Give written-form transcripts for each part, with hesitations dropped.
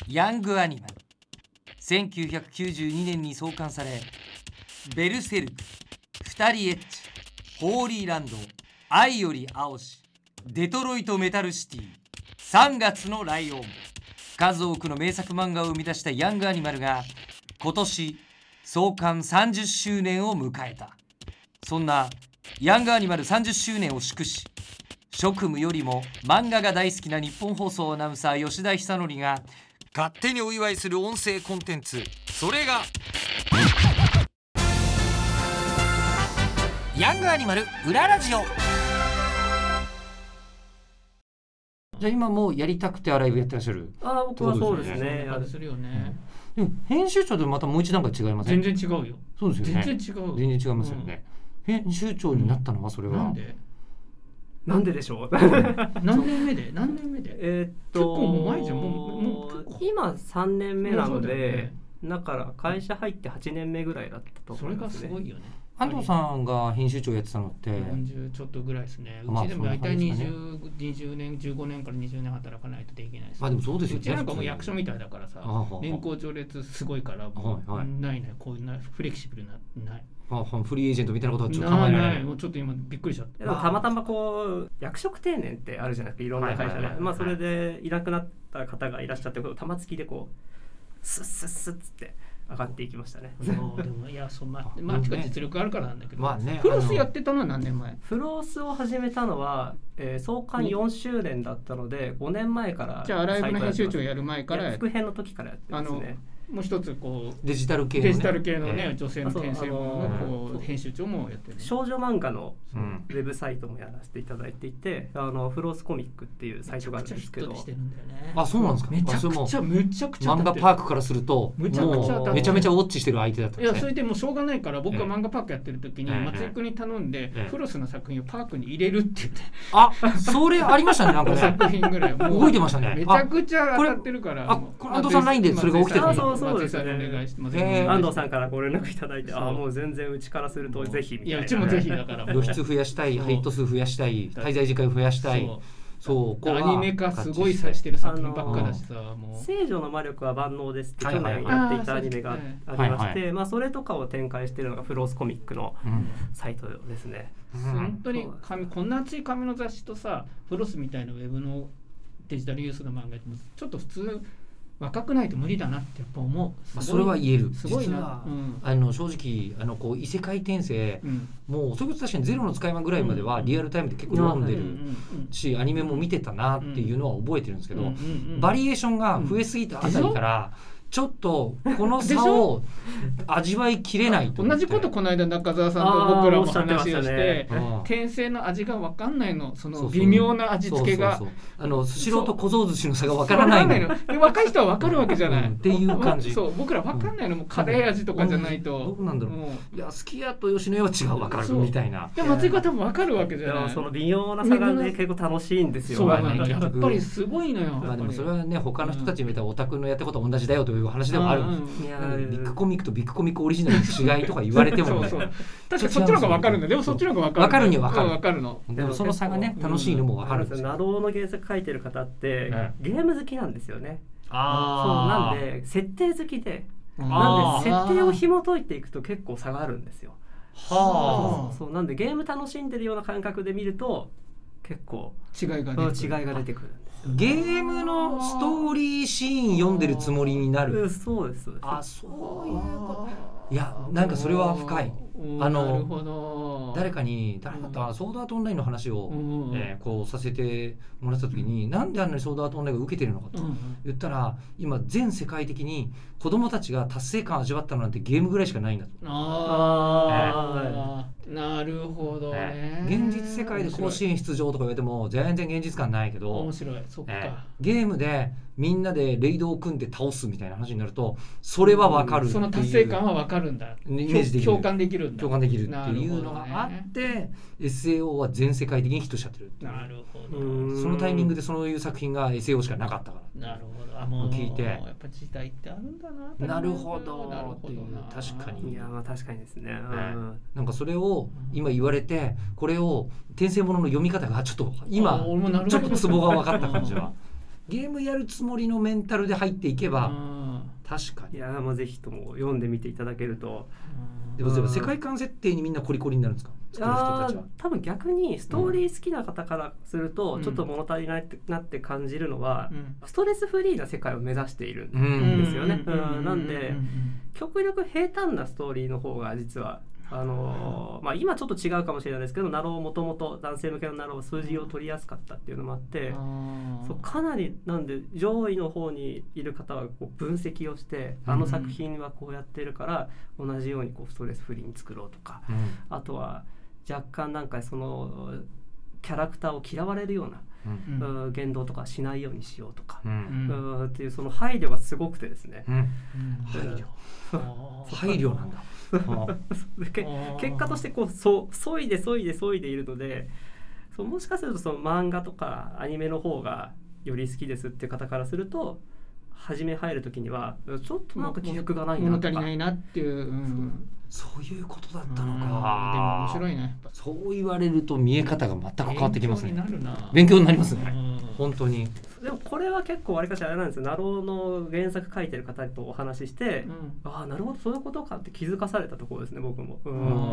ヤングアニマル。1992年に創刊され、ベルセルク、二人エッチ、ホーリーランド、愛より青し、デトロイトメタルシティ、3月のライオン、数多くの名作漫画を生み出したヤングアニマルが今年創刊30周年を迎えた。そんなヤングアニマル30周年を祝し、職務よりも漫画が大好きな日本放送アナウンサー吉田久典が勝手にお祝いする音声コンテンツ、それがヤングアニマル裏ラジオ。じゃあ今もうやりたくてアライブやってらっしゃる？ 僕はそうですね。 するよね。 でも編集長とまたもう一段階違いません？ 全然違うよ。 そうですよね。 全然違う。 全然違いますよね。編集長になったのはそれは？ なんででしょう。 何年目で？結構もう前じゃん。もう今3年目なので、だから会社入って8年目ぐらいだったと思いますね。 それがすごいよね。 安藤さんが編集長やってたのって 40ちょっとぐらいですね。うちでも大体20年15年から20年働かないとできないです。 でもそうですよね。 うちなんかもう役所みたいだからさ、年功序列すごいから、ないこういうフレキシブルなない。 フリーエージェントみたいなことはちょっと考えられない。 もうちょっと今びっくりしちゃった。 でもたまたまこう役職定年ってあるじゃないですか、いろんな会社で。それでいなくなった方がいらっしゃって、玉突きでこうスッスッスッつって上がっていきましたね。 でもいや実力あるからなんだけど、フロスやってたのは何年前？ フロスを始めたのは、創刊4周年だったので5年前から。 じゃあアライブの編集長やる前から、 副編の時からやってますね。 もう一つこうデジタル系のね、女性の転生ものこう編集長もやってる。 少女漫画のウェブサイトもやらせていただいていて、フロースコミックっていうサイトがあるんですけど。 そうなんですか。 めちゃくちゃ漫画パークからするとめちゃめちゃウォッチしてる相手だったんですね。 いやそれでもうしょうがないから、僕が漫画パークやってる時に松井君に頼んでフロスの作品をパークに入れるって言って、 それありましたね。なんかね作品ぐらい動いてましたね。 めちゃくちゃ当たってるから。 安藤さんラインでそれが起きてるんですか？ そうですね。安藤さんからご連絡いただいて、もう全然うちからするとぜひみたいな。 いやうちもぜひだから。 露出増やしたい、ハイト数増やしたい、滞在時間増やしたい。そうアニメ化すごいさしてる作品ばっかだしさ、もう聖女の魔力は万能ですって去年やっていたアニメがありまして、それとかを展開しているのがフロースコミックのサイトですね。 本当にこんな厚い紙の雑誌とさ、フロスみたいなウェブのデジタルユースの漫画ってちょっと普通若くないと無理だなってやっぱ思う。 それは言える。 すごいな。 正直こう異世界転生、もうそれこそ確かにゼロの使い魔ぐらいまではリアルタイムで結構読んでるし、アニメも見てたなっていうのは覚えてるんですけど、バリエーションが増えすぎたあたりからちょっとこの差を味わいきれないと。 同じことこの間中澤さんと僕らも話をして、転生の味が分かんないの、その微妙な味付けが。 スシローと小僧寿司の差が分からないの。 若い人は分かるわけじゃない。 っていう感じ。 僕ら分かんないのもカレー味とかじゃないと。 どうなんだろう。いやすき家と吉野家は違う分かるみたいな。 でも松井君は多分分かるわけじゃない。 その微妙な差がね結構楽しいんですよ。 やっぱりすごいのよ。 でもそれはね他の人たち見たらオタクのやったことは同じだよという話でもあるんです。ビッグコミックとビッグコミックオリジナルの違いとか言われても確かにそっちの方が分かるんだ。でもそっちの方が分かるには分かるの。 でもその差がね楽しいのも分かるんですよ。 ナローの原作書いてる方ってゲーム好きなんですよね。なんで設定好きで、なんで設定を紐解いていくと結構差があるんですよ。なんでゲーム楽しんでるような感覚で見ると結構違いが出てくる。 ゲームのストーリーシーン読んでるつもりになる。 そうです。 そういうこと。いやなんかそれは深い。誰かにソードアートオンラインの話をこうさせてもらった時に、なんであんなにソードアートオンラインが受けてるのかと言ったら、今全世界的に子供たちが達成感を味わったのなんてゲームぐらいしかないんだと。 なるほどね。 現実世界で甲子園出場とか言われても全然現実感ないけど、 面白い。そっか。 ゲームでみんなでレイドを組んで倒すみたいな話になると、それは分かるっていう、 その達成感は分かるんだ。 イメージできる、 共感できるっていうのがあって、SAO は全世界的にヒットしちゃってる。 なるほど。 そのタイミングでそういう作品が SAO しかなかったから。 なるほど。もう聞いて、 やっぱ時代ってあるんだな。 なるほどっていう。確かに。 いや確かにですね。 なんかそれを今言われて、これを転生ものの読み方がちょっと今ちょっとツボが分かった感じはゲームやるつもりのメンタルで入っていけば確かに。 いやもうぜひとも読んでみていただけると。 でも世界観設定にみんなコリコリになるんですか、作る人たちは。 多分逆にストーリー好きな方からするとちょっと物足りないなって感じるのは、ストレスフリーな世界を目指しているんですよね。なんで極力平坦なストーリーの方が実は今ちょっと違うかもしれないですけど、ナローもともと男性向けのナロー数字を取りやすかったっていうのもあって、そうかなりなんで上位の方にいる方はこう分析をして、あの作品はこうやってるから同じようにこうストレスフリーに作ろうとか、あとは若干なんかそのキャラクターを嫌われるような、言動とかしないようにしようとか、っていうその配慮がすごくてですね、 配慮なんだ。 結果としてこうそいでいるので、もしかするとその漫画とかアニメの方がより好きですっていう方からすると、初め入る時にはちょっとなんか気力がないなとか、 物足りないなっていう、 そういうことだったのか。 でも面白いね。 そう言われると見え方が全く変わってきますね。 勉強になるな。 勉強になりますね。本当に。 でもこれは結構わりかしあれなんですよ。ナローの原作書いてる方とお話しして、ああなるほどそういうことかって気づかされたところですね、僕も。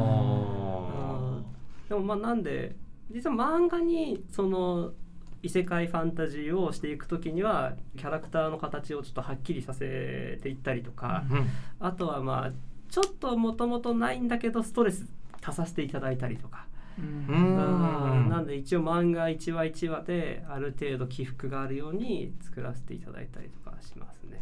でもなんで実は漫画にその異世界ファンタジーをしていくときにはキャラクターの形をちょっとはっきりさせていったりとか、あとはちょっともともとないんだけどストレス足させていただいたりとか。なんで一応漫画1話1話である程度起伏があるように作らせていただいたりとかしますね。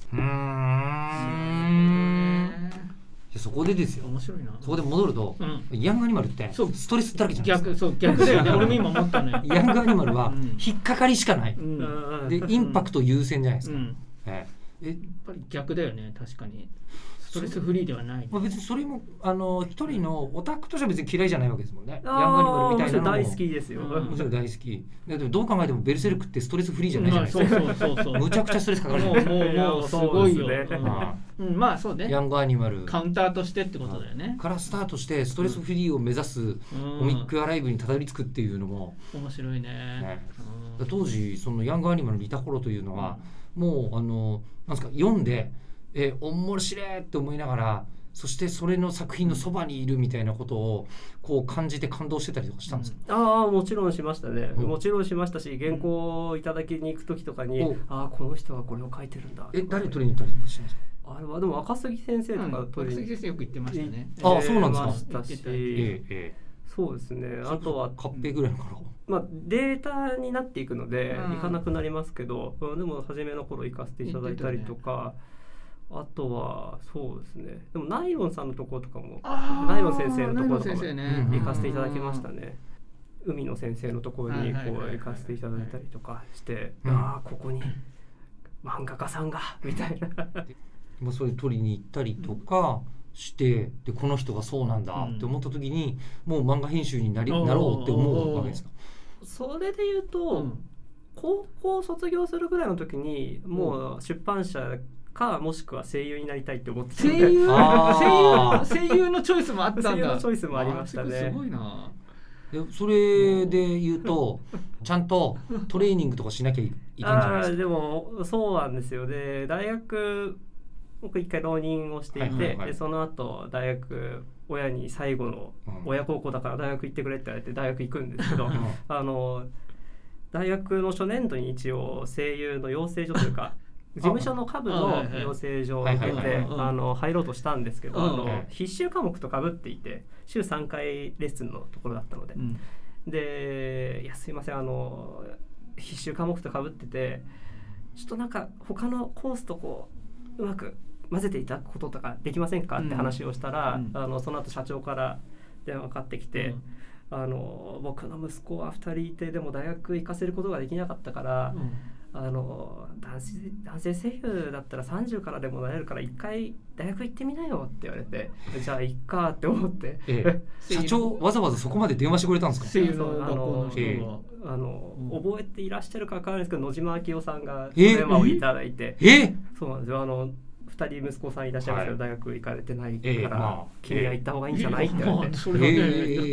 そこでですよ。 面白いな。 そこで戻ると、ヤングアニマルってストレスだらけじゃないですか。 逆だよね。俺も今思ったね。 ヤングアニマルは引っかかりしかない。でインパクト優先じゃないですか。 やっぱり逆だよね。確かに。ストレスフリーではない。 別にそれも一人のオタクとしては別に嫌いじゃないわけですもんね。ヤングアニマルみたいなのも大好きですよ。 もちろん大好き。でもどう考えてもベルセルクってストレスフリーじゃないじゃないですか。むちゃくちゃストレスかかるじゃないですか。 もうすごいよ。まあそうね。 ヤングアニマルカウンターとしてってことだよね。 からスタートしてストレスフリーを目指すコミックアライブにたどり着くっていうのも面白いね。 当時そのヤングアニマルにいた頃というのはもうなんですか、読んで面白いって思いながら、そしてそれの作品のそばにいるみたいなことをこう感じて感動してたりとかしたんですか？ もちろんしましたね。もちろんしましたし、原稿をいただきに行く時とかにこの人はこれを書いてるんだ。 誰取りに行ったりとかしますか？ あれはでも赤杉先生とか取りに、 赤杉先生よく言ってましたね。 そうなんですか。そうですね。あとはカッペぐらいの頃、 データになっていくので行かなくなりますけど、でも初めの頃行かせていただいたりとか、あとはそうですね。でもナイロンさんのところとかも、ナイロン先生のところとかも行かせていただきましたね。海野先生のところにこう行かせていただいたりとかして、ここに漫画家さんがみたいな。 そういう取りに行ったりとかして、でこの人がそうなんだって思った時に、もう漫画編集になろうって思うわけですか？ それで言うと、高校卒業するぐらいの時にもう出版社かもしくは声優になりたいって思ってたんで、 声優のチョイスもあったんだ。 声優のチョイスもありましたね。 すごいな。 それで言うとちゃんとトレーニングとかしなきゃいけないんじゃないですか？ でもそうなんですよ。で大学僕一回浪人をしていて、でその後大学親に最後の親孝行だから大学行ってくれって言われて大学行くんですけど大学の初年度に一応声優の養成所というか事務所の下部の養成所を受けて入ろうとしたんですけど、必修科目とかぶっていて週3回レッスンのところだったので、でいやすいません必修科目とかぶっててちょっとなんか他のコースとこううまく混ぜていただくこととかできませんかって話をしたら、その後社長から電話がかかってきて、僕の息子は2人いてでも大学行かせることができなかったから、男性声優だったら30からでもなれるから一回大学行ってみなよって言われて、じゃあ行っかって思って、 社長わざわざそこまで電話してくれたんですか？ 声優の学校の人は覚えていらっしゃるか分からないですけど野島明夫さんが電話をいただいて、そうなんですよ。2人息子さんいらっしゃいますけど、大学行かれてないから、君は行った方がいいんじゃないって言われて、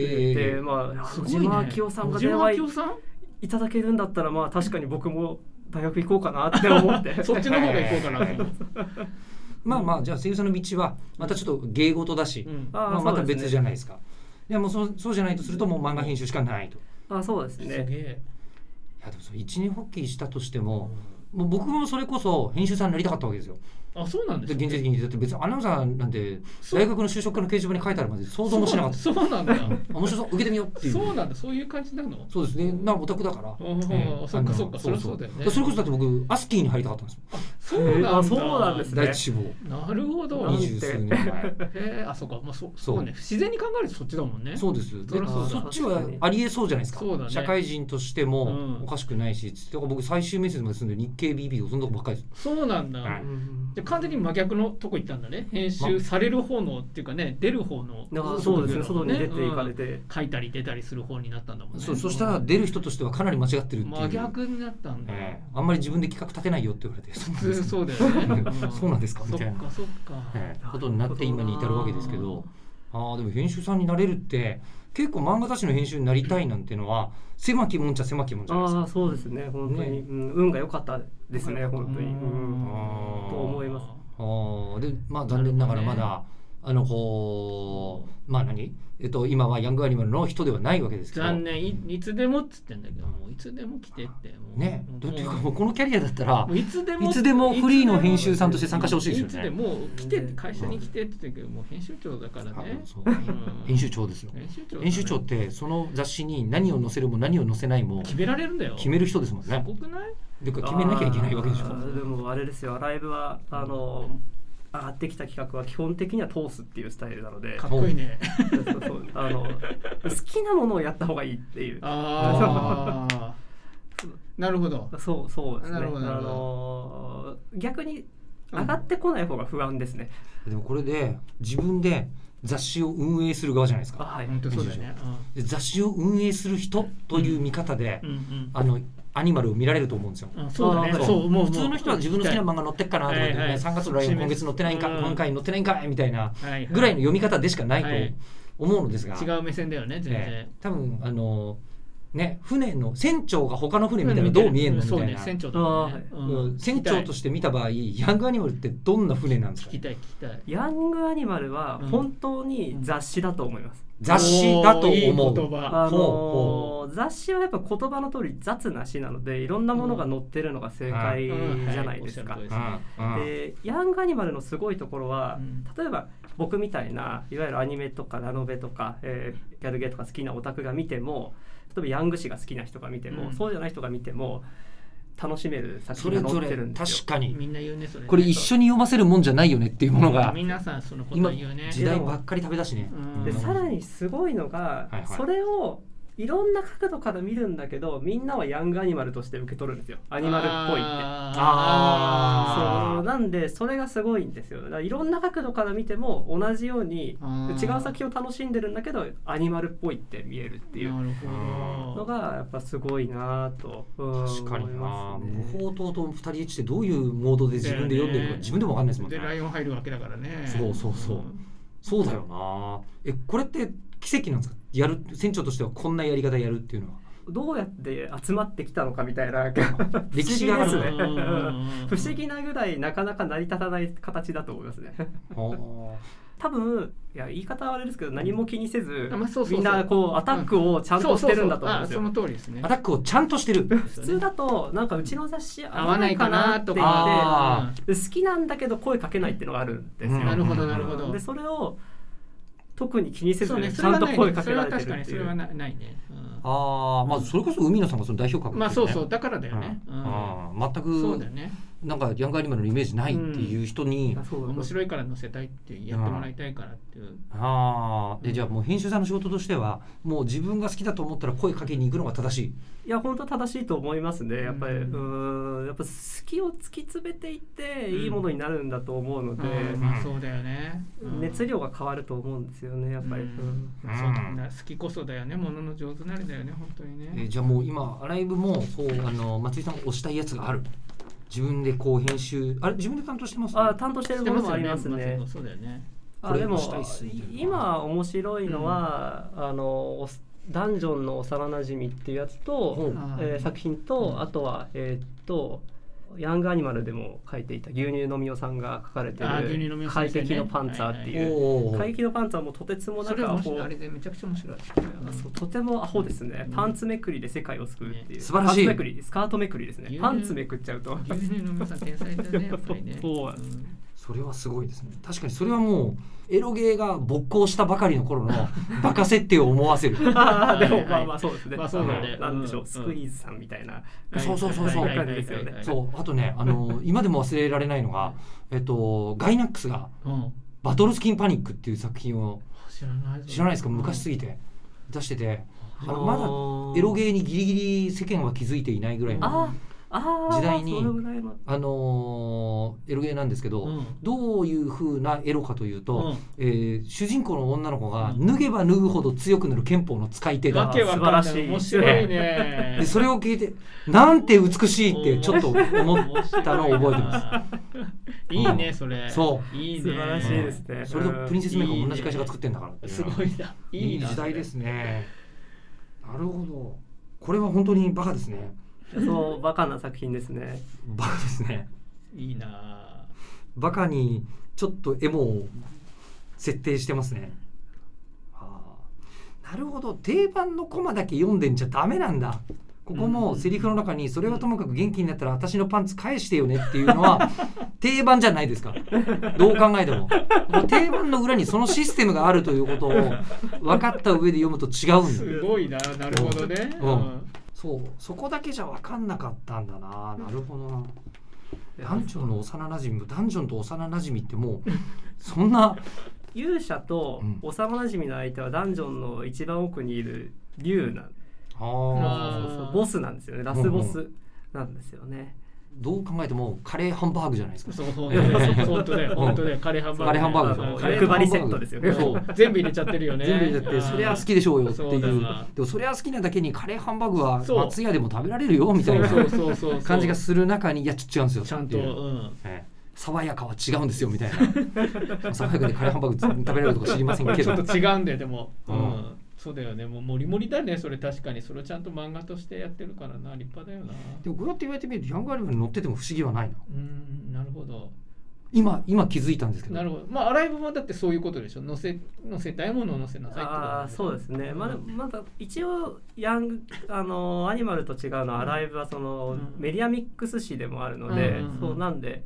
で野島明夫さんが電話いただけるんだったら確かに僕も大学行こうかなって思ってそっちの方が行こうかなとまあまあじゃあ声優さんの道はまたちょっと芸事だし、まあ、また別じゃないですか。いやもうそうじゃないとするともう漫画編集しかないと。 そうですね。 すげえ。 いやでもそれ一年発起したとしても、もう僕もそれこそ編集さんになりたかったわけですよ。 あ、そうなんですか。 現実的にだって別にアナウンサーなんて大学の就職課の掲示板に書いてあるまで想像もしなかった。 そうなんだ。 面白そう受けてみようっていう。 そうなんだ。そういう感じなの。 そうですね。オタクだから。 そっかそっか。そりゃそうだよね。 それこそだって僕アスキーに入りたかったんですよ。 そうなんですね。 第一志望。 なるほど。 20数年前。 あ、そうか。まあそうね。自然に考えるとそっちだもんね。 そうです。そっちはありえそうじゃないですか。 そうだね。 社会人としてもおかしくないし、だから僕最終面接まで住んで日経 BB とそのとこばっかりです。 そうなんだ。じゃ完全に真逆のとこ行ったんだね。編集される方のっていうかね、出る方の。 そうですね。外に出ていかれて書いたり出たりする方になったんだもんね。 そしたら出る人としてはかなり間違ってるっていう。 真逆になったんだ。 あんまり自分で企画立てないよって言われて。 そうだよね。 そうなんですかみたいなそっかことになって今に至るわけですけど、でも編集さんになれるって結構漫画雑誌の編集になりたいなんていうのは狭きもんじゃ狭きもんじゃないですか。 そうですね。本当に運が良かったですね。本当にと思います。 で残念ながらまだ今はヤングアニマルの人ではないわけですけど、 残念。いつでもっつってんだけど、もういつでも来てってね。というかもうこのキャリアだったらいつでもフリーの編集さんとして参加してほしいですよね。 いつでも来て会社に来てって言ってけど、もう編集長だからね。 編集長ですよ。編集長ってその雑誌に何を載せるも何を載せないも決められるんだよ。 決める人ですもんね。 すごくない？ でか決めなきゃいけないわけでしょ。 でもあれですよ。ライブは上がってきた企画は基本的には通すっていうスタイルなので、 かっこいいね。 好きなものをやった方がいいっていう。 なるほど。 そうですね。逆に上がってこない方が不安ですね。 でもこれで自分で雑誌を運営する側じゃないですか。 本当そうだよね。 で雑誌を運営する人という見方で、アニマルを見られると思うんですよ。 そうだね。 普通の人は自分の好きな漫画載ってっかなとかってね、3月のライオン今月載ってないんか、今回載ってないんかみたいなぐらいの読み方でしかないと思うのですが、 違う目線だよね。全然。 多分船の船長が他の船見たらどう見えるのみたいな。 船長として見た場合、ヤングアニマルってどんな船なんですか？ 聞きたい。 ヤングアニマルは本当に雑誌だと思います。 雑誌だと思う。雑誌はやっぱ言葉の通り雑な詩なので、いろんなものが載ってるのが正解じゃないですか。でヤングアニマルのすごいところは、例えば僕みたいないわゆるアニメとかラノベとか、ギャルゲーとか好きなオタクが見ても、例えばヤング誌が好きな人が見ても、そうじゃない人が見ても楽しめる作品が載ってるんですよ。 確かにみんな言うねそれ。 これ一緒に読ませるもんじゃないよねっていうものが、 皆さんそのこと言うね。 時代ばっかり食べだしね。 でさらにすごいのが、それをいろんな角度から見るんだけど、みんなはヤングアニマルとして受け取るんですよ。アニマルっぽいって。そうなんでそれがすごいんですよ。だからいろんな角度から見ても同じように違う作品を楽しんでるんだけどアニマルっぽいって見えるっていうのがやっぱすごいなと確かにな。無法島と二人一ってどういうモードで自分で読んでるか自分でも分かんないですもんね。 でライオン入るわけだからね。 そうだよな。これって奇跡なんですか？船長としてはこんなやり方やるっていうのはどうやって集まってきたのかみたいな歴史があるね。不思議なぐらいなかなか成り立たない形だと思いますね。多分言い方はあれですけど、何も気にせずみんなこうアタックをちゃんとしてるんだと思うんですよ。 その通りですね。 アタックをちゃんとしてる。 普通だとなんかうちの雑誌合わないかなって言って好きなんだけど声かけないっていうのがあるんですよ。 なるほどなるほど。 でそれを特に気にせずちゃんと声かけられてるっていう。 それはないね。 まずそれこそ海野さんがその代表格まあそうだからだよね。 全くそうだよね。なんかヤングアニマルのイメージないっていう人に面白いから載せたいってやってもらいたいからっていう。 でじゃあもう編集さんの仕事としてはもう自分が好きだと思ったら声かけに行くのが正しい。 いや本当正しいと思いますね。やっぱりやっぱ好きを突き詰めていっていいものになるんだと思うので、 そうだよね。 熱量が変わると思うんですよね。やっぱりそうだね。好きこそだよね。ものの上手なりだよね本当にね。 じゃあもう今ライブもこう松井さんが推したいやつがある。自分でこう編集自分で担当してます？ 担当してるものもありますね。 そうだよね。 でも今面白いのはダンジョンの幼なじみっていうやつと、作品と、あとはヤングアニマルでも書いていた牛乳のみおさんが書かれている怪奇のパンツァーっていう怪奇のパンツァーもとてつもなくアホ、 あれでめちゃくちゃ面白い、 そうとてもアホですね、パンツめくりで世界を救うっていう、 素晴らしいパンツめくりスカートめくりですね、パンツめくっちゃうと牛乳のみおさん天才だねやっぱりねそうそれはすごいですね。確かにそれはもうエロゲーが勃興したばかりの頃のバカ設定を思わせるでもまあまあそうですね、 まあそうだね、 なんでしょう、スクイーズさんみたいなそう感じですよね。 そうあとね今でも忘れられないのがガイナックスがバトルスキンパニックっていう作品を知らないですか、昔すぎて出してて、まだエロゲーにギリギリ世間は気づいていないぐらいの時代にエロゲーなんですけど、どういう風なエロかというと、主人公の女の子が脱げば脱ぐほど強くなる憲法の使い手が素晴らしい、面白いねでそれを聞いてなんて美しいってちょっと思ったのを覚えてますいいねそれ、 そういいね、 素晴らしいですね。 それとプリンセスメイクも同じ会社が作ってんだからっていう、 すごいな、 いい時代ですね。なるほど、これは本当にバカですね。 そうバカな作品ですね。 バカですね。 いいな、 バカにちょっとエモを設定してますね。なるほど、定番のコマだけ読んでんじゃダメなんだ。ここもセリフの中にそれはともかく元気になったら私のパンツ返してよねっていうのは定番じゃないですか、どう考えても。定番の裏にそのシステムがあるということを分かった上で読むと違うんだ。 すごいな、なるほどね、 そこだけじゃ分かんなかったんだな。なるほどな。ダンジョンの幼なじみ、ダンジョンと幼なじみってもうそんな勇者と幼なじみの相手はダンジョンの一番奥にいる竜なんで、ボスなんですよね、ラスボスなんですよね。 どう考えてもカレーハンバーグじゃないですか。 そう本当ねカレーハンバーグ、 カレーハンバーグ、 欲張りセットですよね。 そう全部入れちゃってるよね。 全部入れちゃってそりゃ好きでしょうよっていう。でもそりゃ好きなだけにカレーハンバーグは松屋でも食べられるよみたいな感じがする中に、いやちょっと違うんですよ。 ちゃんと爽やかは違うんですよみたいな。爽やかでカレーハンバーグ食べられるとか知りませんけど。 ちょっと違うんででも。そうだよね、もうモリモリだねそれ。確かにそれをちゃんと漫画としてやってるからな、立派だよな。 でもこうやって言われてみるとヤングアニマルに載ってても不思議はないな。 なるほど。 今気づいたんですけど。 なるほど。まあアライブもだってそういうことでしょ。載せたいものを載せなさいってことだ、ね。そうですね。まだ一応ヤングアニマルと違うのは、アライブはその、メディアミックス誌でもあるので、そうなんで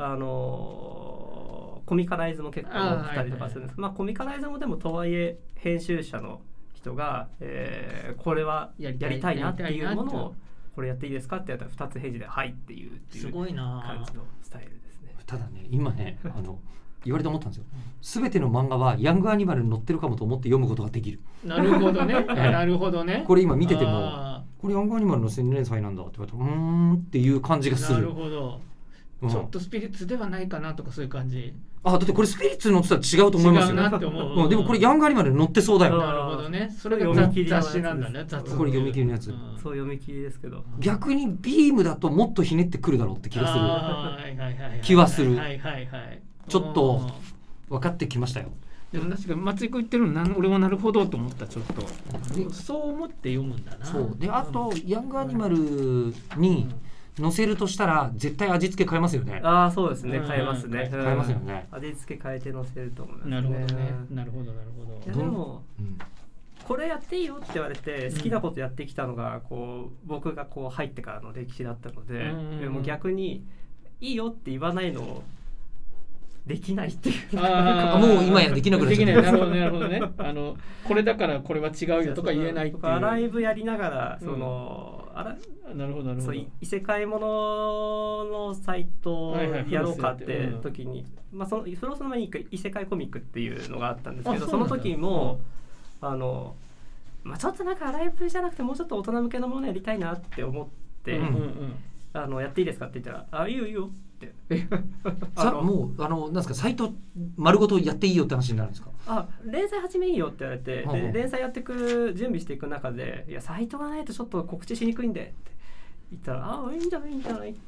コミカライズも結構多くたりとかするんです。コミカライズもでもとはいえ編集者の人が、これはやりたいなっていうものをこれやっていいですかってやったら2つ返事ではいっていう感じのスタイルですね。 ただね今ね言われて思ったんですよ。全ての漫画はヤングアニマルに載ってるかもと思って読むことができる。 なるほどね。なるほどね。 これ今見ててもこれヤングアニマルの青年祭なんだって言われたらっていう感じがする。 なるほど。ちょっとスピリッツではないかなとかそういう感じ。 だってこれスピリッツに載ってたら違うと思いますよ。 違うなって思う。 でもこれヤングアニマルに載ってそうだよ。 なるほどね。それが雑誌なんだね。 これ読み切りのやつ。 そう読み切りですけど。 逆にビームだともっとひねってくるだろうって気がする。気はする。ちょっと分かってきましたよ。 でも確かに松井君言ってるの俺もなるほどと思った。ちょっとそう思って読むんだな。 そうで、あとヤングアニマルに載せるとしたら絶対味付け変えますよね。 そうですね、変えますね。 変えますよね。 味付け変えて載せると思いますね。 なるほどね。なるほど。 でもこれやっていいよって言われて好きなことやってきたのが僕が入ってからの歴史だったので、でも逆にいいよって言わないのをできないっていう。 もう今やできなくなっちゃった。 なるほどね。これだからこれは違うよとか言えないっていう。 ライブやりながらなるほど異世界もののサイトをやろうかって時に、そのフロスの前に異世界コミックっていうのがあったんですけど、その時もちょっとなんかライブじゃなくてもうちょっと大人向けのものやりたいなって思って、やっていいですかって言ったらいいよいいよってもうなんですか、サイト丸ごとやっていいよって話になるんですか。 連載始めいいよって言われて、で連載やっていく準備していく中で、いやサイトがないとちょっと告知しにくいんでって言ったらいいんじゃないって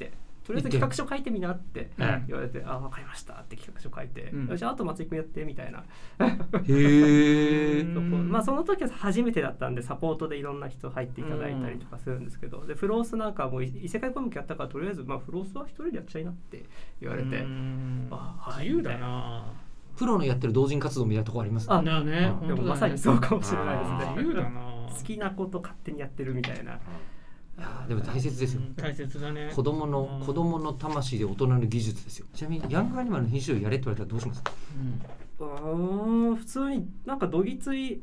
とりあえず企画書書いてみなって言われて、あ、分かりましたって企画書書いて、じゃああと松井君やってみたいな。 へえ。 まあその時は初めてだったんでサポートでいろんな人入っていただいたりとかするんですけど、でフロースなんかもう異世界コミックやったからとりあえずまあフロースは一人でやっちゃいなって言われて、 自由だな。 プロのやってる同人活動みたいなとこありますね。 だね。 でもまさにそうかもしれないですね。 自由だな。 好きなこと勝手にやってるみたいな。 いやでも大切ですよ。 大切だね。 子供の魂で大人の技術ですよ。ちなみにヤングアニマルの編集をやれって言われたらどうしますか？ 普通になんかどぎつい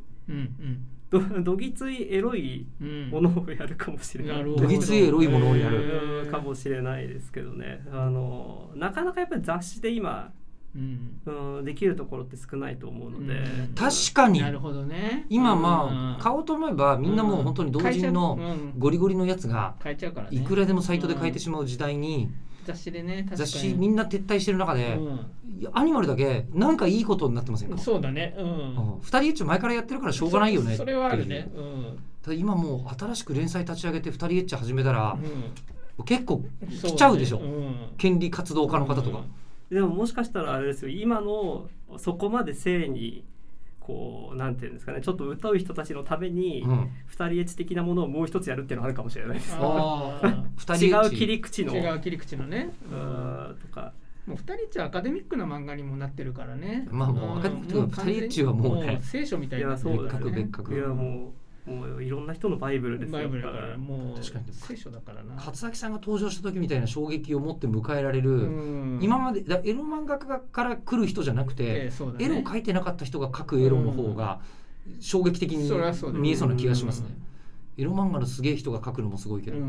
エロいものをやるかもしれない。 どぎついエロいものをやるかもしれないですけどね。なかなかやっぱり雑誌で今できるところって少ないと思うので、 確かになるほどね。 今まあ買おうと思えばみんなもう本当に同人のゴリゴリのやつがいくらでもサイトで買えてしまう時代に、 雑誌でね、 雑誌みんな撤退してる中でアニマルだけなんかいいことになってませんか？ そうだね。 二人エッチ前からやってるからしょうがないよね。 それはあるね。 ただ今もう新しく連載立ち上げて二人エッチ始めたら結構来ちゃうでしょ。権利活動家の方とか。 でももしかしたらあれですよ、今のそこまで性にこうなんていうんですかね、ちょっと歌う人たちのために二人エッチ的なものをもう一つやるっていうのがあるかもしれないです。違う切り口のねとか。 もう二人エッチはアカデミックな漫画にもなってるからね。 まあもうアカデミックとか二人エッチはもうね聖書みたいな。 別格。 いやもういろんな人のバイブルですよ。 バイブルだからもう確かに聖書だからな。 勝崎さんが登場した時みたいな衝撃を持って迎えられる、今までエロ漫画家から来る人じゃなくて、エロを描いてなかった人が描くエロの方が衝撃的に見えそうな気がしますね。エロ漫画のすげえ人が描くのもすごいけど、や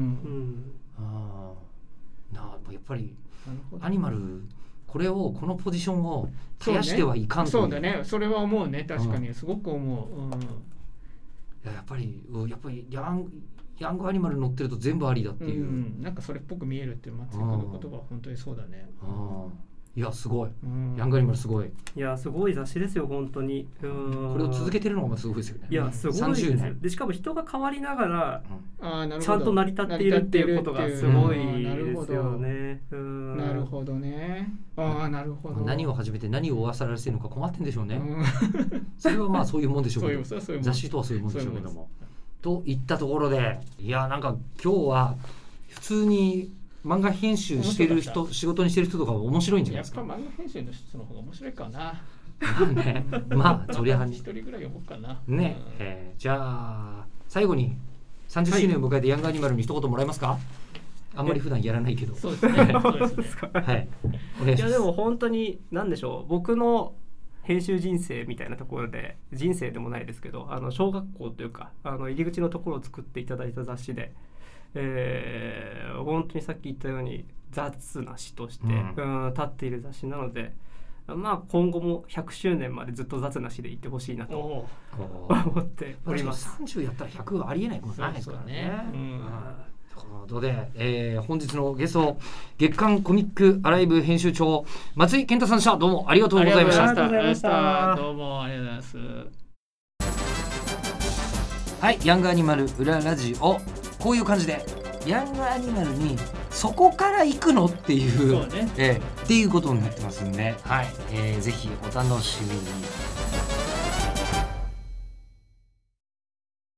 っぱりアニマルこのポジションを絶やしてはいかんと。 そうだね。それは思うね。確かにすごく思う。 やっぱりヤングアニマル乗ってると全部ありだっていう、 なんかそれっぽく見えるっていう松井君の言葉は本当にそうだね。 いやすごい、ヤングアニマルすごい。 いやすごい雑誌ですよ本当に。 これを続けてるのがすごいですよね。 いやすごいですよ。でしかも人が変わりながらちゃんと成り立っているっていうことがすごいですよね。 なるほどね。なるほど。 何を始めて何を噂られてるのか困ってんでしょうね。それはまあそういうもんでしょうけど、雑誌とはそういうもんでしょうけども。といったところで、いやなんか今日は普通に漫画編集してる人、仕事にしてる人とか面白いんじゃないですか。 やっぱ漫画編集の人の方が面白いかな。 まあそりゃ一人ぐらい読もうかな。 ね、じゃあ最後に30周年を迎えてヤングアニマルに一言もらえますか？あんまり普段やらないけど。 そうですね。はい。お願いします。 いやでも本当に何でしょう、僕の編集人生みたいなところで、人生でもないですけど、小学校というか入り口のところを作っていただいた雑誌で、本当にさっき言ったように雑な詩として、立っている雑誌なので、まあ今後も100周年までずっと雑な詩でいってほしいなと思っております。 30やったら100はありえないことないですからね。ということで、本日のゲスト、月刊コミックアライブ編集長松井健太さんでした。どうもありがとうございました。 ありがとうございました。どうもありがとうございます。 はい、ヤングアニマル裏ラジオ、こういう感じでヤングアニマルにそこから行くのっていう、っていうことになってますんで、はい、ぜひお楽しみに。